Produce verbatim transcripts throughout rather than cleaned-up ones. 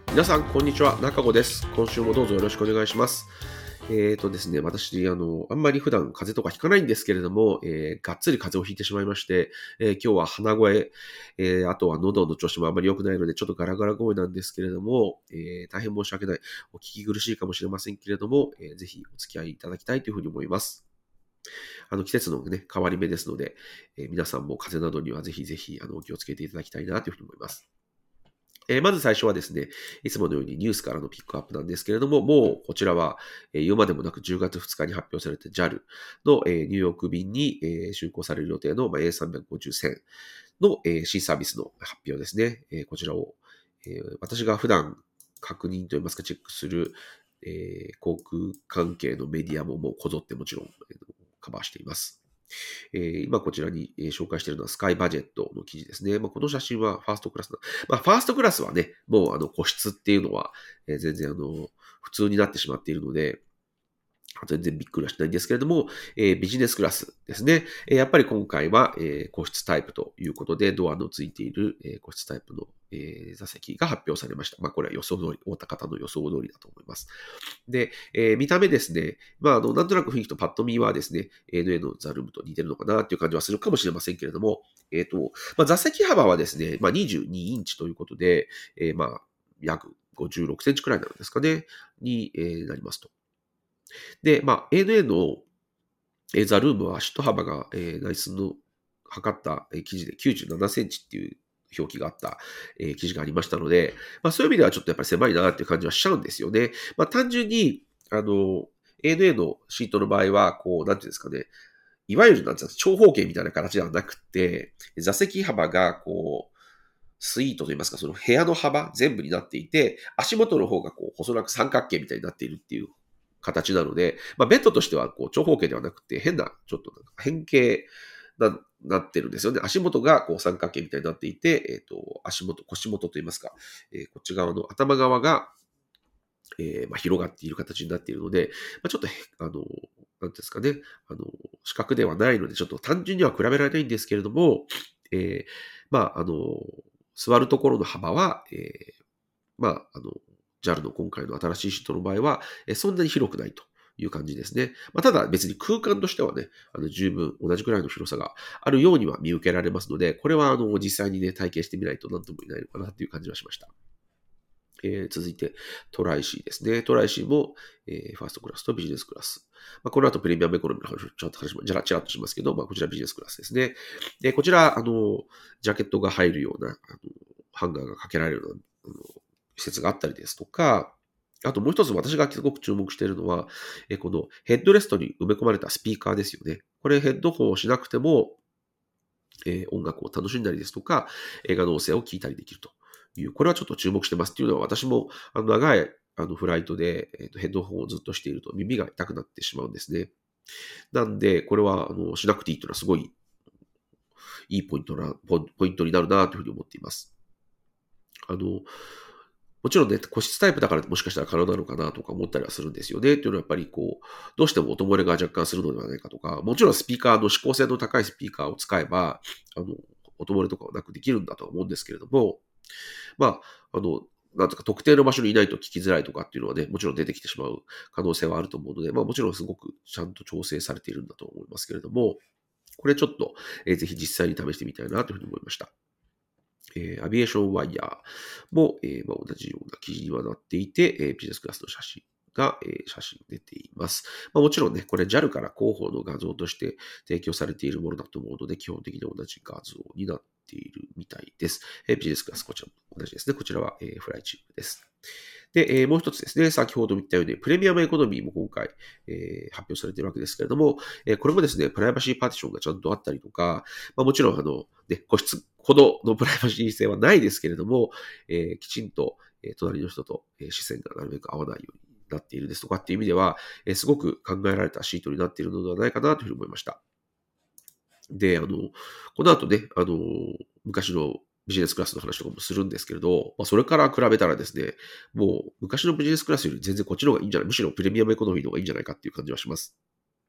皆さん、こんにちは。中子です。今週もどうぞよろしくお願いします。えーとですね、私、あの、あんまり普段風邪とかひかないんですけれども、えー、がっつり風邪をひいてしまいまして、えー今日は鼻声、えーあとは喉の調子もあんまり良くないので、ちょっとガラガラ声なんですけれども、えー大変申し訳ない。お聞き苦しいかもしれませんけれども、えーぜひお付き合いいただきたいというふうに思います。あの、季節のね、変わり目ですので、えー皆さんも風邪などにはぜひぜひ、あの、お気をつけていただきたいなというふうに思います。えーまず最初はですね、いつものようにニュースからのピックアップなんですけれども、もうこちらは、えー言うまでもなくじゅうがつふつかに発表された ジャル の、えーニューヨーク便に、えー就航される予定の、まあ、エーさんびゃくごじゅう 線の、えー新サービスの発表ですね。えーこちらを、えー私が普段確認といいますかチェックする、えー航空関係のメディアももうこぞってもちろん、えーカバーしています。えー今こちらに、えー紹介しているのはスカイバジェットの記事ですね。まあ、この写真はファーストクラスな。まあ、ファーストクラスはね、もうあの個室っていうのは、えー全然あの普通になってしまっているので、全然びっくりはしないんですけれども、えービジネスクラスですね。えーやっぱり今回は、えー個室タイプということで、ドアのついている、えー個室タイプの、えー座席が発表されました。まあ、これは予想通り、大田方の予想通りだと思います。で、えー見た目ですね、まあ、あの、なんとなく雰囲気とパッと見はですね、エヌエー のザルームと似てるのかなっていう感じはするかもしれませんけれども、えっ、と、まあ、座席幅はですね、まあ、にじゅうにインチということで、えーまあ、約ごじゅうろくセンチくらいなんですかね、に、えーなりますと。で、まあ、エヌエー の、えーザルームはシット幅が、えー内寸の測ったえー記事できゅうじゅうななセンチっていう表記があった、えー記事がありましたので、まあ、そういう意味ではちょっとやっぱり狭いなっていう感じはしちゃうんですよね。まあ、単純に、あの、エヌエー のシートの場合は、こう、なんていうんですかね、いわゆるなんていうんですか長方形みたいな形ではなくて、座席幅が、こう、スイートといいますか、その部屋の幅全部になっていて、足元の方がこう細長く三角形みたいになっているっていう形なので、まあ、ベッドとしてはこう長方形ではなくて、変な、ちょっとなんか変形ななってるんですよね。足元がこう三角形みたいになっていて、えっ、と、足元、腰元といいますか、えーこっち側の頭側が、えーまあ、広がっている形になっているので、まあ、ちょっとへ、あの、なんていうんですかね、あの、四角ではないので、ちょっと単純には比べられないんですけれども、えーまあ、あの、座るところの幅は、えーまあ、あの、ジャル の今回の新しいシートの場合は、えーそんなに広くないという感じですね。まあ、ただ別に空間としてはね、あの十分同じくらいの広さがあるようには見受けられますので、これはあの実際にね、体験してみないと何とも言えないのかなという感じはしました。えー続いて、トライシーですね。トライシーも、えーファーストクラスとビジネスクラス。まあ、この後プレミアムエコノミーの話をちょっと話も、じゃらちらっとしますけど、まあ、こちらビジネスクラスですね。で、こちら、あの、ジャケットが入るような、あのハンガーがかけられるような、あの施設があったりですとか、あともう一つ私がすごく注目しているのは、えーこのヘッドレストに埋め込まれたスピーカーですよね。これヘッドホンをしなくても、えー音楽を楽しんだりですとか、映画の音声を聞いたりできるという、これはちょっと注目してますっていうのは、私もあの長いあのフライトで、えーとヘッドホンをずっとしていると耳が痛くなってしまうんですね。なんで、これはあのしなくていいというのはすごいいいポイントな、ポポイントになるなというふうに思っています。あの、もちろんね、個室タイプだからもしかしたら可能なのかなとか思ったりはするんですよね。っていうのはやっぱりこう、どうしても音漏れが若干するのではないかとか、もちろんスピーカーの指向性の高いスピーカーを使えば、あの、音漏れとかはなくできるんだとは思うんですけれども、まあ、あの、なんとか特定の場所にいないと聞きづらいとかっていうのはね、もちろん出てきてしまう可能性はあると思うので、まあもちろんすごくちゃんと調整されているんだと思いますけれども、これちょっと、えーぜひ実際に試してみたいなというふうに思いました。えーアビエーションワイヤーも、えーまあ、同じような記事にはなっていて、えービジネスクラスの写真が、えー写真出ています。まあ、もちろんね、これ ジャル から広報の画像として提供されているものだと思うので、基本的に同じ画像になっているみたいです。えービジネスクラス、こちらも同じですね。こちらは、えーフライチームです。で、えーもう一つですね、先ほど言ったように、プレミアムエコノミーも今回、えー発表されているわけですけれども、えーこれもですね、プライバシーパーティションがちゃんとあったりとか、まあ、もちろん、あの、ね、個室ほどのプライバシー性はないですけれども、えーきちんと、えー隣の人と、えー視線がなるべく合わないようになっているですとかっていう意味では、えーすごく考えられたシートになっているのではないかなというふうに思いました。で、あの、この後ね、あの、昔のビジネスクラスの話とかもするんですけれど、まあ、それから比べたらですね、もう昔のビジネスクラスより全然こっちの方がいいんじゃない、むしろプレミアムエコノミーの方がいいんじゃないかっていう感じはします。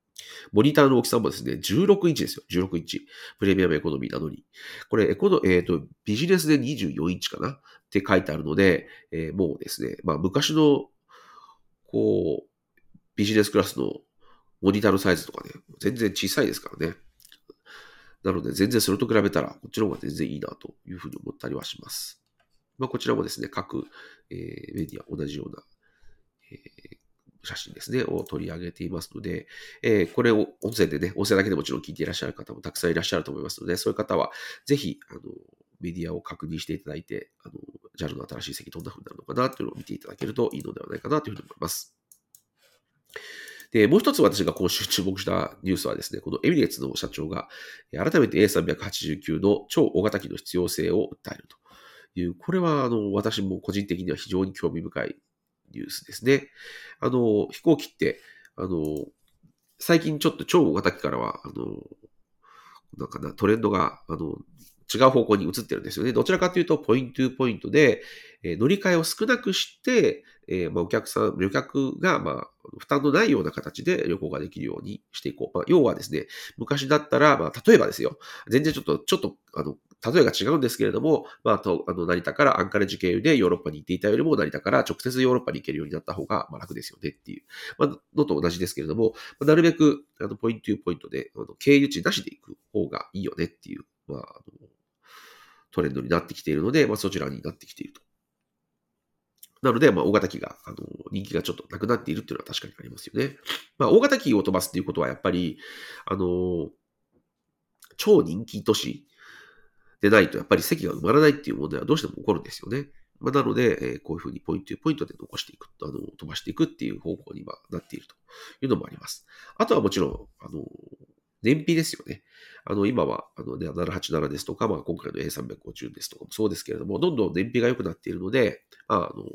モニターの大きさもですね、じゅうろくインチですよ。じゅうろくインチ。プレミアムエコノミーなのに。これ、エコノ、えっ、と、ビジネスでにじゅうよんインチかなって書いてあるので、えーもうですね、まあ、昔の、こう、ビジネスクラスのモニターのサイズとかね、全然小さいですからね。なので、全然それと比べたら、こっちの方が全然いいなというふうに思ったりはします。まあ、こちらもですね、各、えーメディア同じような、えー写真ですね、を取り上げていますので、えーこれを音声でね、音声だけでもちろん聞いていらっしゃる方もたくさんいらっしゃると思いますので、そういう方は、ぜひ、あの、メディアを確認していただいて、あの、ジャルの新しい席どんな風になるのかなというのを見ていただけるといいのではないかなというふうに思います。で、もう一つ私が今週注目したニュースはですね、このエミレーツの社長が、えー改めて エーさんびゃくはちじゅうきゅう の超大型機の必要性を訴えるという、これはあの私も個人的には非常に興味深いニュースですね。あの、飛行機って、あの、最近ちょっと超大型機からは、あの、なんかな、トレンドが、あの、違う方向に移ってるんですよね。どちらかというと、ポイントゥーポイントで、えー乗り換えを少なくして、えーまあ、お客さん、旅客が、まあ、負担のないような形で旅行ができるようにしていこう。まあ、要はですね、昔だったら、まあ、例えばですよ、全然ちょっと、ちょっと、あの、例えが違うんですけれども、まあ、と、あの、成田からアンカレッジ経由でヨーロッパに行っていたよりも、成田から直接ヨーロッパに行けるようになった方が、まあ、楽ですよねっていう、まあ、のと同じですけれども、まあなるべく、あの、ポイントトゥーポイントで、あの、経由地なしで行く方がいいよねっていう、まあ、あの、トレンドになってきているので、まあ、そちらになってきていると。なので、まあ、大型機が、あの、人気がちょっとなくなっているっていうのは確かにありますよね。まあ、大型機を飛ばすっていうことは、やっぱり、あの、超人気都市でないと、やっぱり席が埋まらないっていう問題はどうしても起こるんですよね。まあ、なので、えーこういうふうにポイントポイントで残していく、あの、飛ばしていくっていう方向に今なっているというのもあります。あとはもちろん、あの、燃費ですよね。あの、今は、あの、ね、ななはちななですとか、まあ、今回の エーさんびゃくごじゅう ですとかもそうですけれども、どんどん燃費が良くなっているので、まあ、あの、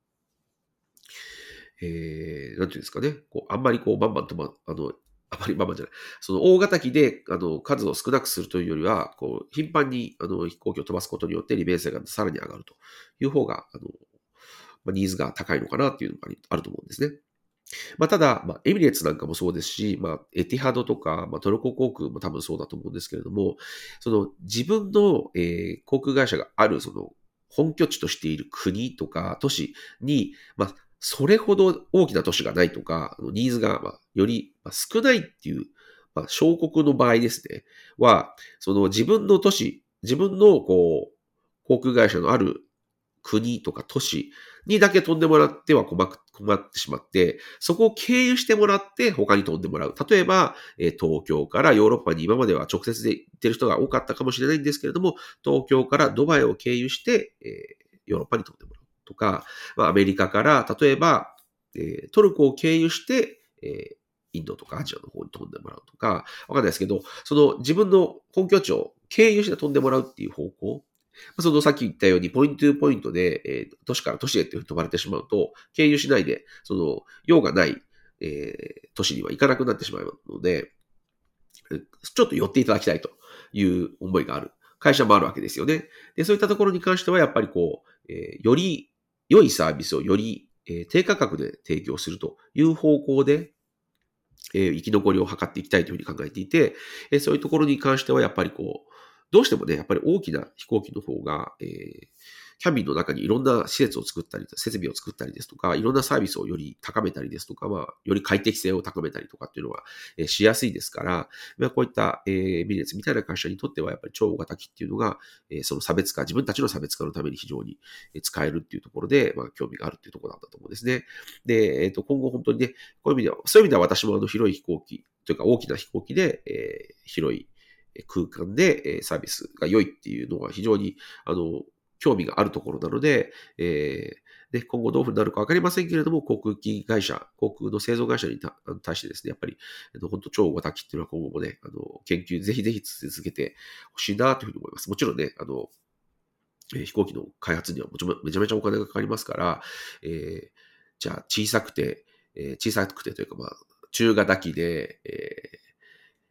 えー、なんていうんですかね、こう、あんまりこう、バンバン飛ば、あの、あまりバンバンじゃない。その大型機で、あの、数を少なくするというよりは、こう、頻繁に、あの、飛行機を飛ばすことによって利便性がさらに上がるという方が、あの、まあ、ニーズが高いのかなっていうのがあると思うんですね。まあ、ただ、まあ、エミレーツなんかもそうですし、まあ、エティハドとか、まあ、トルコ航空も多分そうだと思うんですけれども、その自分の、えー航空会社がある、その本拠地としている国とか都市に、まあ、それほど大きな都市がないとか、あのニーズが、まあ、よりまあ少ないっていう、まあ、小国の場合ですね、は、その自分の都市、自分のこう、航空会社のある国とか都市にだけ飛んでもらっては困困ってしまって、そこを経由してもらって他に飛んでもらう。例えば、えー東京からヨーロッパに今までは直接で行ってる人が多かったかもしれないんですけれども、東京からドバイを経由して、えーヨーロッパに飛んでもらうとか、まあ、アメリカから例えば、えートルコを経由して、えーインドとかアジアの方に飛んでもらうとか、わかんないですけど、その自分の本拠地を経由して飛んでもらうっていう方向、そのさっき言ったように、ポイントゥーポイントで、えー都市から都市へっていうふうに飛ばれてしまうと、経由しないで、その、用がない、えー都市には行かなくなってしまうので、ちょっと寄っていただきたいという思いがある会社もあるわけですよね。で、そういったところに関しては、やっぱりこう、えーより良いサービスをより、えー低価格で提供するという方向で、えー生き残りを図っていきたいというふうに考えていて、えーそういうところに関してはやっぱりこう、どうしてもね、やっぱり大きな飛行機の方が、えーキャビンの中にいろんな施設を作ったり、設備を作ったりですとか、いろんなサービスをより高めたりですとか、まあ、より快適性を高めたりとかっていうのは、えーしやすいですから、まあ、こういった、えービジネスみたいな会社にとっては、やっぱり超大型機っていうのが、えーその差別化、自分たちの差別化のために非常に使えるっていうところで、まあ、興味があるっていうところなんだと思うんですね。で、えっ、と、今後本当にね、こういう意味では、そういう意味では私もあの広い飛行機というか大きな飛行機で、えー広い空間で、えーサービスが良いっていうのは非常に、あの、興味があるところなので、えーで、今後どういうふうになるかわかりませんけれども、航空機会社、航空の製造会社にた対してですね、やっぱり、あの本当超大型機っていうのは今後もね、あの、研究ぜひぜひ続けてほしいなというふうに思います。もちろんね、あの、えー飛行機の開発にはもちろんめちゃめちゃお金がかかりますから、えーじゃあ小さくて、えー小さくてというかまあ、中型機で、えー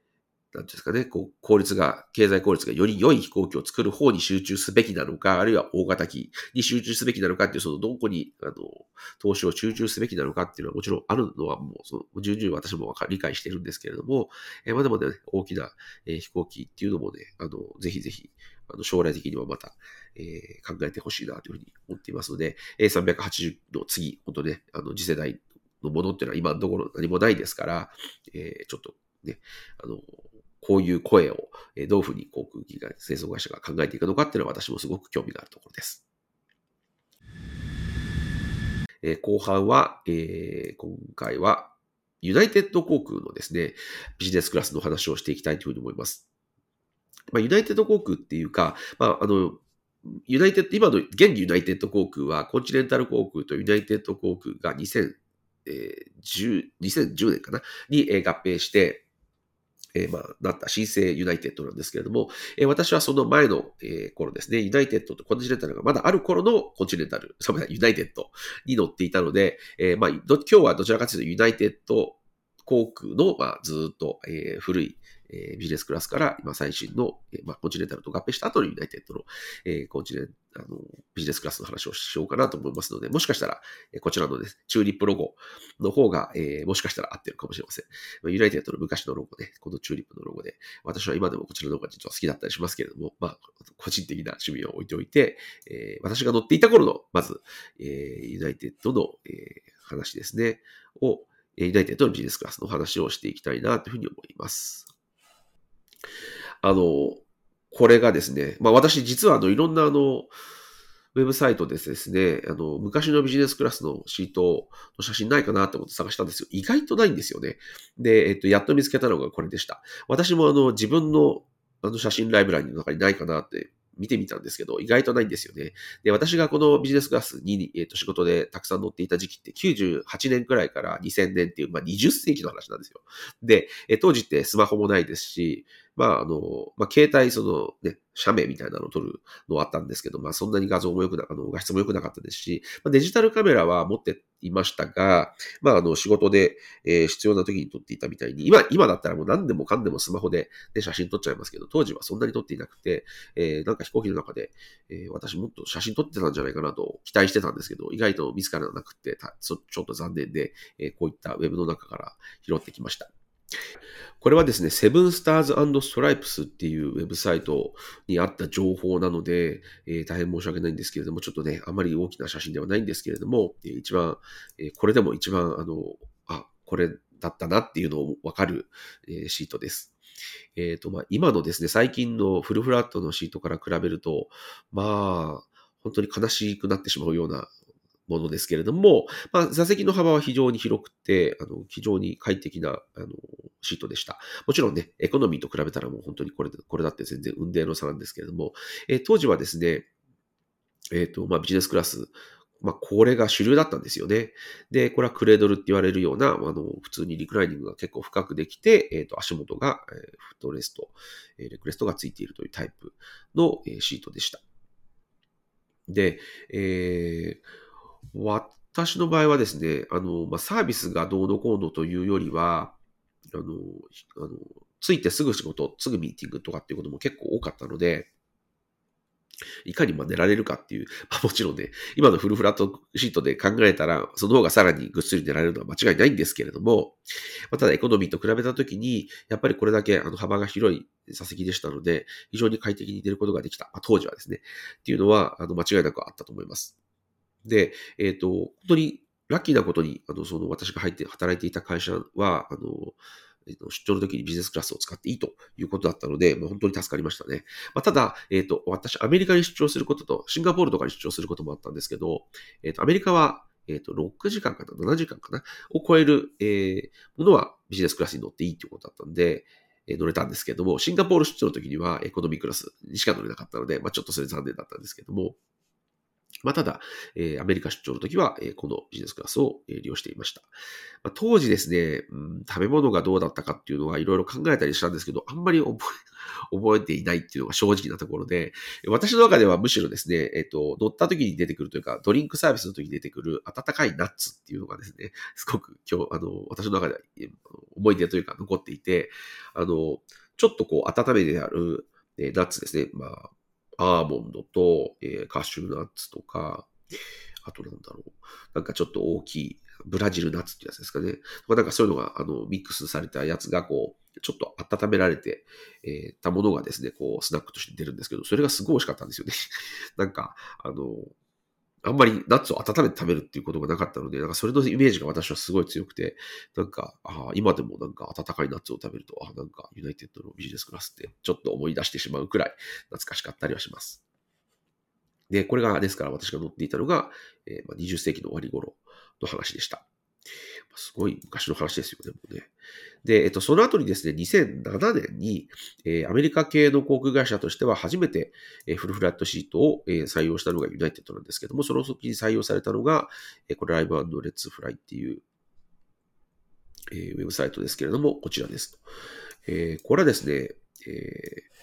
なんていうんですかね、こう、効率が、経済効率がより良い飛行機を作る方に集中すべきなのか、あるいは大型機に集中すべきなのかっていう、その、どこに、あの、投資を集中すべきなのかっていうのはもちろんあるのはもう、その、重々私もわか理解しているんですけれども、えーまだまだね、大きな、えー飛行機っていうのもね、あの、ぜひぜひ、あの、将来的にはまた、えー考えてほしいなというふうに思っていますので、エーさんびゃくはちじゅう の次、本当ね、あの、次世代のものっていうのは今のところ何もないですから、えーちょっとね、あの、こういう声を、えーどういうふうに航空機が、製造会社が考えていくのかっていうのは私もすごく興味があるところです。えー後半は、えー今回は、ユナイテッド航空のですね、ビジネスクラスの話をしていきたいというふうに思います。まあ、ユナイテッド航空っていうか、まあ、あの、ユナイテッド、今の現ユナイテッド航空は、コンチネンタル航空とユナイテッド航空がにせんじゅう、にせんじゅうねんかなにえー合併して、えーまあ、なった新生ユナイテッドなんですけれども、えー私はその前の、えー頃ですね、ユナイテッドとコンチネンタルがまだある頃のコンチネンタル、すみません、ユナイテッドに乗っていたので、えーまあ、ど今日はどちらかというとユナイテッド航空の、まあ、ずっと、えー古い、えービジネスクラスから今最新の、えーまあ、コンチネンタルと合併した後のユナイテッドの、えーコンチネンあのビジネスクラスの話をしようかなと思いますので、もしかしたら、えーこちらのです、チューリップロゴの方が、えーもしかしたら合ってるかもしれません。ユナイテッドの昔のロゴね、このチューリップのロゴで、私は今でもこちらの方が実は好きだったりしますけれども、まあ、個人的な趣味を置いておいて、えー私が乗っていた頃の、まず、えーユナイテッドの、えー話ですね、を、えーユナイテッドのビジネスクラスの話をしていきたいなというふうに思います。あの、これがですね、まあ私実はあのいろんなあの、ウェブサイトでですね、あの、昔のビジネスクラスのシートの写真ないかなと思って探したんですよ。意外とないんですよね。で、えっと、やっと見つけたのがこれでした。私もあの、自分のあの写真ライブラリの中にないかなって見てみたんですけど、意外とないんですよね。で、私がこのビジネスクラスに、えっと、仕事でたくさん乗っていた時期ってきゅうじゅうはちねんくらいからにせんねんっていう、まあ、にじゅっせいきの話なんですよ。で、え当時ってスマホもないですし、まあ、あの、まあ、携帯、そのね、写メみたいなのを撮るのはあったんですけど、まあ、そんなに画像も良くな、あの、画質も良くなかったですし、まあ、デジタルカメラは持っていましたが、まあ、あの、仕事で、えー必要な時に撮っていたみたいに、今、今だったらもう何でもかんでもスマホで、ね、写真撮っちゃいますけど、当時はそんなに撮っていなくて、えーなんか飛行機の中で、えー私もっと写真撮ってたんじゃないかなと期待してたんですけど、意外と見つからなくて、たちょちょっと残念で、えーこういったウェブの中から拾ってきました。これはですね、セブンスターズストライプスっていうウェブサイトにあった情報なので、えー大変申し訳ないんですけれども、ちょっとね、あまり大きな写真ではないんですけれども、えー一番、えーこれでも一番、あの、あ、これだったなっていうのをわかる、えーシートです。えっと、まあ、今のですね、最近のフルフラットのシートから比べると、まあ、本当に悲しくなってしまうようなものですけれども、まあ、座席の幅は非常に広くて、あの、非常に快適な、あの、シートでした。もちろんね、エコノミーと比べたらもう本当にこれ、これだって全然運命の差なんですけれども、えー当時はですね、えっと、まあ、ビジネスクラス、まあ、これが主流だったんですよね。で、これはクレードルって言われるような、あの、普通にリクライニングが結構深くできて、えっと、足元が、えーフットレスト、えーレクレストがついているというタイプの、えーシートでした。で、えー私の場合はですね、あの、まあ、サービスがどうのこうのというよりは、あの、あの、ついてすぐ仕事、すぐミーティングとかっていうことも結構多かったので、いかにまあ寝られるかっていう、まあ、もちろんね、今のフルフラットシートで考えたら、その方がさらにぐっすり寝られるのは間違いないんですけれども、まあ、ただエコノミーと比べたときに、やっぱりこれだけあの幅が広い座席でしたので、非常に快適に寝ることができた。まあ、当時はですね、っていうのは、あの、間違いなくあったと思います。で、えっと、本当にラッキーなことに、あの、その私が入って働いていた会社は、あの、えっと出張の時にビジネスクラスを使っていいということだったので、まあ、本当に助かりましたね。まあ、ただ、えっと、私、アメリカに出張することと、シンガポールとかに出張することもあったんですけど、えっと、アメリカは、えっと、ろくじかんかんかな、ななじかんかな、を超える、えーものはビジネスクラスに乗っていいということだったんで、えー乗れたんですけども、シンガポール出張の時にはエコノミークラスにしか乗れなかったので、まあ、ちょっとそれ残念だったんですけども、まあ、ただ、えーアメリカ出張の時は、えーこのビジネスクラスを、えー利用していました。まあ、当時ですね、うん、食べ物がどうだったかっていうのはいろいろ考えたりしたんですけど、あんまり覚え、覚えていないっていうのが正直なところで、私の中ではむしろですね、えっと、乗った時に出てくるというか、ドリンクサービスの時に出てくる温かいナッツっていうのがですね、すごく今日、あの、私の中ではえー思い出というか残っていて、あの、 ちょっとこう温めてある、えーナッツですね。まあ、アーモンドと、えーカシューナッツとか、あとなんだろう。なんかちょっと大きい、ブラジルナッツってやつですかね。まあなんかそういうのが、あの、ミックスされたやつが、こう、ちょっと温められて、えーたものがですね、こう、スナックとして出るんですけど、それがすごい美味しかったんですよね。なんか、あの、あんまりナッツを温めて食べるっていうことがなかったので、なんかそれのイメージが私はすごい強くて、なんか、ああ、今でもなんか温かいナッツを食べると、あなんかユナイテッドのビジネスクラスってちょっと思い出してしまうくらい懐かしかったりはします。で、これがですから私が乗っていたのが、えーまあ、にじゅっ世紀の終わり頃の話でした。すごい昔の話ですよね、もうね。で、えっと、その後にですね、にせんななねんに、えーアメリカ系の航空会社としては初めて、えーフルフラットシートを、えー採用したのがユナイテッドなんですけども、その時に採用されたのが、えーこれライブレッツフライっていう、えーウェブサイトですけれども、こちらですと。えーこれはですね、えー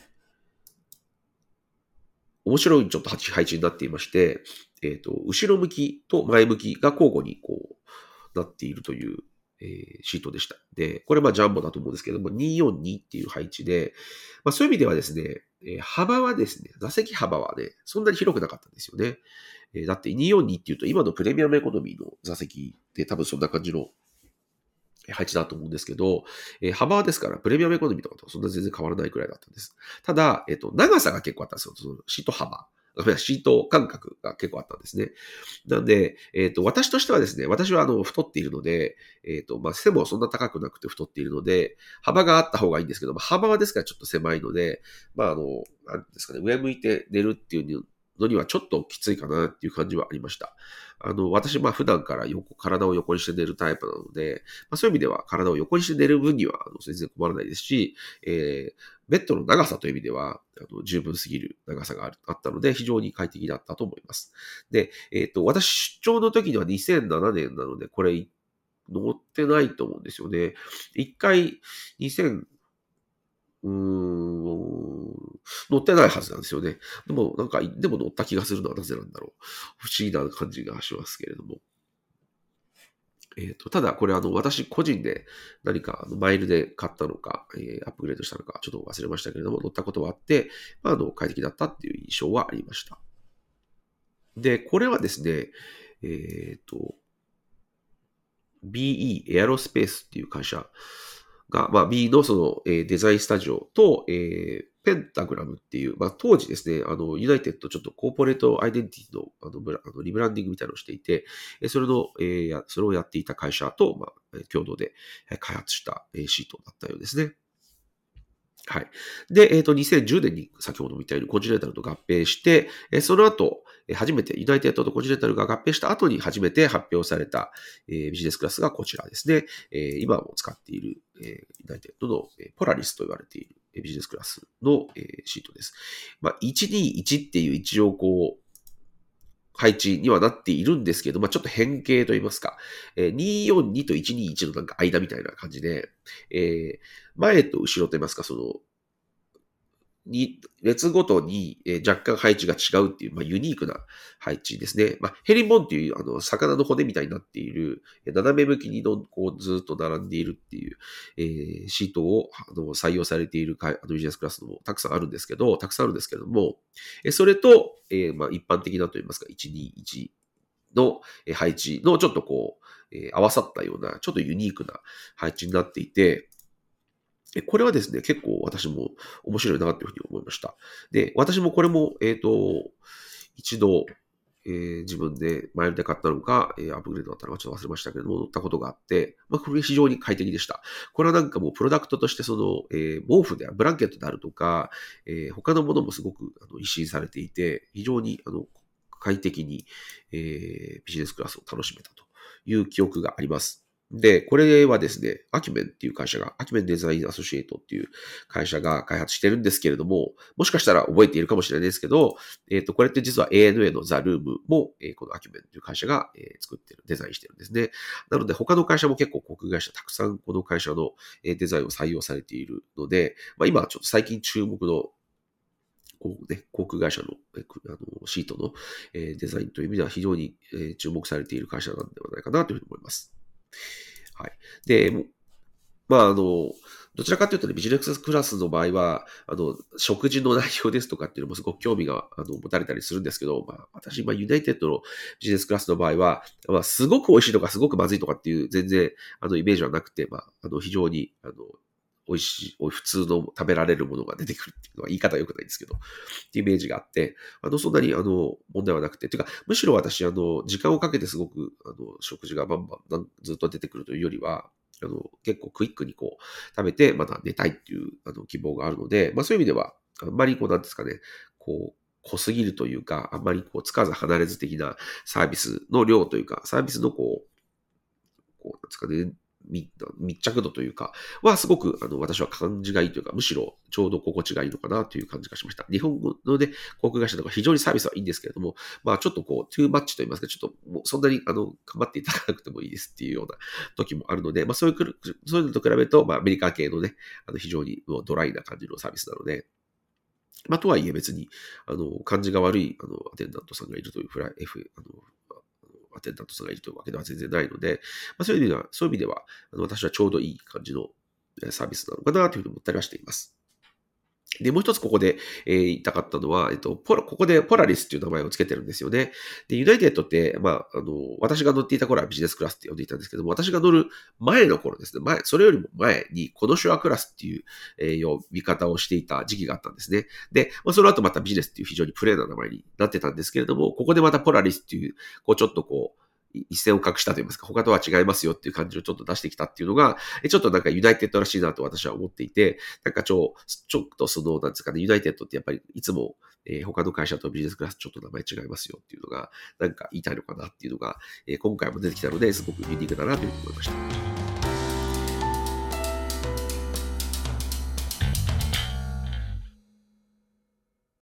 面白いちょっと配置になっていまして、えっと、後ろ向きと前向きが交互にこう、なっているという、えーシートでした。で、これまあジャンボだと思うんですけども、にーよんにっていう配置で、まあそういう意味ではですね、えー幅はですね、座席幅はね、そんなに広くなかったんですよね。えーだってにーよんにっていうと今のプレミアムエコノミーの座席って多分そんな感じの配置だと思うんですけど、えー幅はですから、プレミアムエコノミーとかとそんな全然変わらないくらいだったんです。ただ、えっ、と、長さが結構あったんですよ。そのシート幅。シート間隔が結構あったんですね。なんで、えっ、と、私としてはですね、私はあの、太っているので、えっ、と、まあ、背もそんな高くなくて太っているので、幅があった方がいいんですけど、まあ、幅はですからちょっと狭いので、まあ、あの、なんですかね、上向いて寝るっていうのにはちょっときついかなっていう感じはありました。あの、私、まあ、普段から横、体を横にして寝るタイプなので、まあ、そういう意味では体を横にして寝る分にはあの全然困らないですし、えー、ベッドの長さという意味ではあの十分すぎる長さがあるあったので非常に快適だったと思います。で、えっ、と、私出張の時にはにせんななねんなのでこれ乗ってないと思うんですよね。一回にせん、うーん、乗ってないはずなんですよね。でもなんか、でも乗った気がするのはなぜなんだろう。不思議な感じがしますけれども。えっ、と、ただこれあの、私個人で何かあのマイルで買ったのか、えーアップグレードしたのか、ちょっと忘れましたけれども、乗ったことはあって、まあ、あの、快適だったっていう印象はありました。で、これはですね、えっ、と、ビーイー エアロスペースっていう会社が、まあ、B のその、えーデザインスタジオと、えーペンタグラムっていう、まあ、当時ですね、あの、ユナイテッドちょっとコーポレートアイデンティティのあのブラあのリブランディングみたいなのをしていて、えーそれの、えーやそれをやっていた会社と、まあ、えー共同でえー開発したえーシートだったようですね。はい。で、えっ、と、にせんじゅうねんに先ほどみたいにコンチネンタルと合併して、えーその後、えー初めてユナイテッドとコンチネンタルが合併した後に初めて発表された、えービジネスクラスがこちらですね。えー今も使っている、えーユナイテッドの、えーポラリスと言われている、えービジネスクラスの、えーシートです。まあ、いちにいちっていう一応こう、配置にはなっているんですけど、まあ、ちょっと変形と言いますか、えーにーよんにといちにいちのなんか間みたいな感じで、えー前と後ろと言いますか、その、に、列ごとに、えー若干配置が違うっていう、まあ、ユニークな配置ですね。まあ、ヘリンボーンっていう、あの、魚の骨みたいになっている、えー斜め向きにどんこうずっと並んでいるっていう、えーシートをあの採用されているかあのビジネスクラスもたくさんあるんですけど、たくさんあるんですけども、えーそれと、えーまあ、一般的なといいますか、いちにいちのえー配置のちょっとこう、えー合わさったような、ちょっとユニークな配置になっていて、えこれはですね、結構私も面白いなというふうに思いました。で、私もこれも、えっ、と、一度、えー自分でマイルで買ったのか、えーアップグレードだったのかちょっと忘れましたけれども、乗ったことがあって、まあ、これ非常に快適でした。これはなんかもうプロダクトとしてその、えー毛布で、ブランケットであるとか、えー他のものもすごくあの一新されていて、非常にあの快適に、えービジネスクラスを楽しめたという記憶があります。で、これはですね、アキュメンっていう会社が、アキュメンデザインアソシエイトっていう会社が開発してるんですけれども、もしかしたら覚えているかもしれないですけど、えっ、と、これって実は エーエヌエー のザ・ルームも、えーこのアキュメンという会社が、えー作ってる、デザインしてるんですね。なので、他の会社も結構航空会社たくさんこの会社のえーデザインを採用されているので、まあ、今ちょっと最近注目のこうね、航空会社のえくあのシートのえーデザインという意味では非常にえー注目されている会社なんではないかなというふうに思います。はい。で、もうまあ、あの、 どちらかというとね、ビジネスクラスの場合は、あの、食事の内容ですとかっていうのもすごく興味が、あの、持たれたりするんですけど、まあ、私、まあ、ユナイテッドのビジネスクラスの場合は、まあ、すごく美味しいとか、すごくまずいとかっていう、全然、あの、イメージはなくて、まあ、あの、非常に、あの、美味しい、普通の食べられるものが出てくるっていうのは言い方は良くないんですけど、っていうイメージがあって、あの、そんなに、あの、問題はなくて、ていうか、むしろ私、あの、時間をかけてすごく、あの、食事がバンバンずっと出てくるというよりは、あの、結構クイックにこう、食べて、また寝たいっていう、あの、希望があるので、まあそういう意味では、あんまりこう、なんですかね、こう、濃すぎるというか、あんまりこう、つかず離れず的なサービスの量というか、サービスのこう、こう、なんですかね、密密着度というか、はすごく、あの、私は感じがいいというか、むしろちょうど心地がいいのかなという感じがしました。日本のね、航空会社とか非常にサービスはいいんですけれども、まあちょっとこう、トゥーマッチと言いますか、ちょっともうそんなに、あの、構っていただかなくてもいいですっていうような時もあるので、まあそういうくる、そういうのと比べると、まあアメリカ系のね、あの、非常にもうドライな感じのサービスなので、まあ、とはいえ別に、あの、感じが悪い、あの、アテンダントさんがいるという、フライ、F、あの、アテンダントさんがいるというわけでは全然ないので、まあ、そういう意味では、そういう意味では、あの私はちょうどいい感じのえーサービスなのかなというふうに思ったりはしています。で、もう一つここで、えー言いたかったのは、えっと、ポラ、ここでポラリスっていう名前を付けてるんですよね。で、ユナイテッドって、まあ、あの、私が乗っていた頃はビジネスクラスって呼んでいたんですけども、私が乗る前の頃ですね、前、それよりも前に、コノシュアクラスっていう、えー呼び方をしていた時期があったんですね。で、まあ、その後またビジネスっていう非常にプレーな名前になってたんですけれども、ここでまたポラリスっていう、こう、ちょっとこう、一線を画したといいますか、他とは違いますよっていう感じをちょっと出してきたっていうのが、ちょっとなんかユナイテッドらしいなと私は思っていて、なんかちょ、ちょっとその、なんですかね、ユナイテッドってやっぱりいつも、えー他の会社とビジネスクラスちょっと名前違いますよっていうのが、なんか言いたいのかなっていうのが、えー今回も出てきたので、すごくユニークだなというふうに思いました。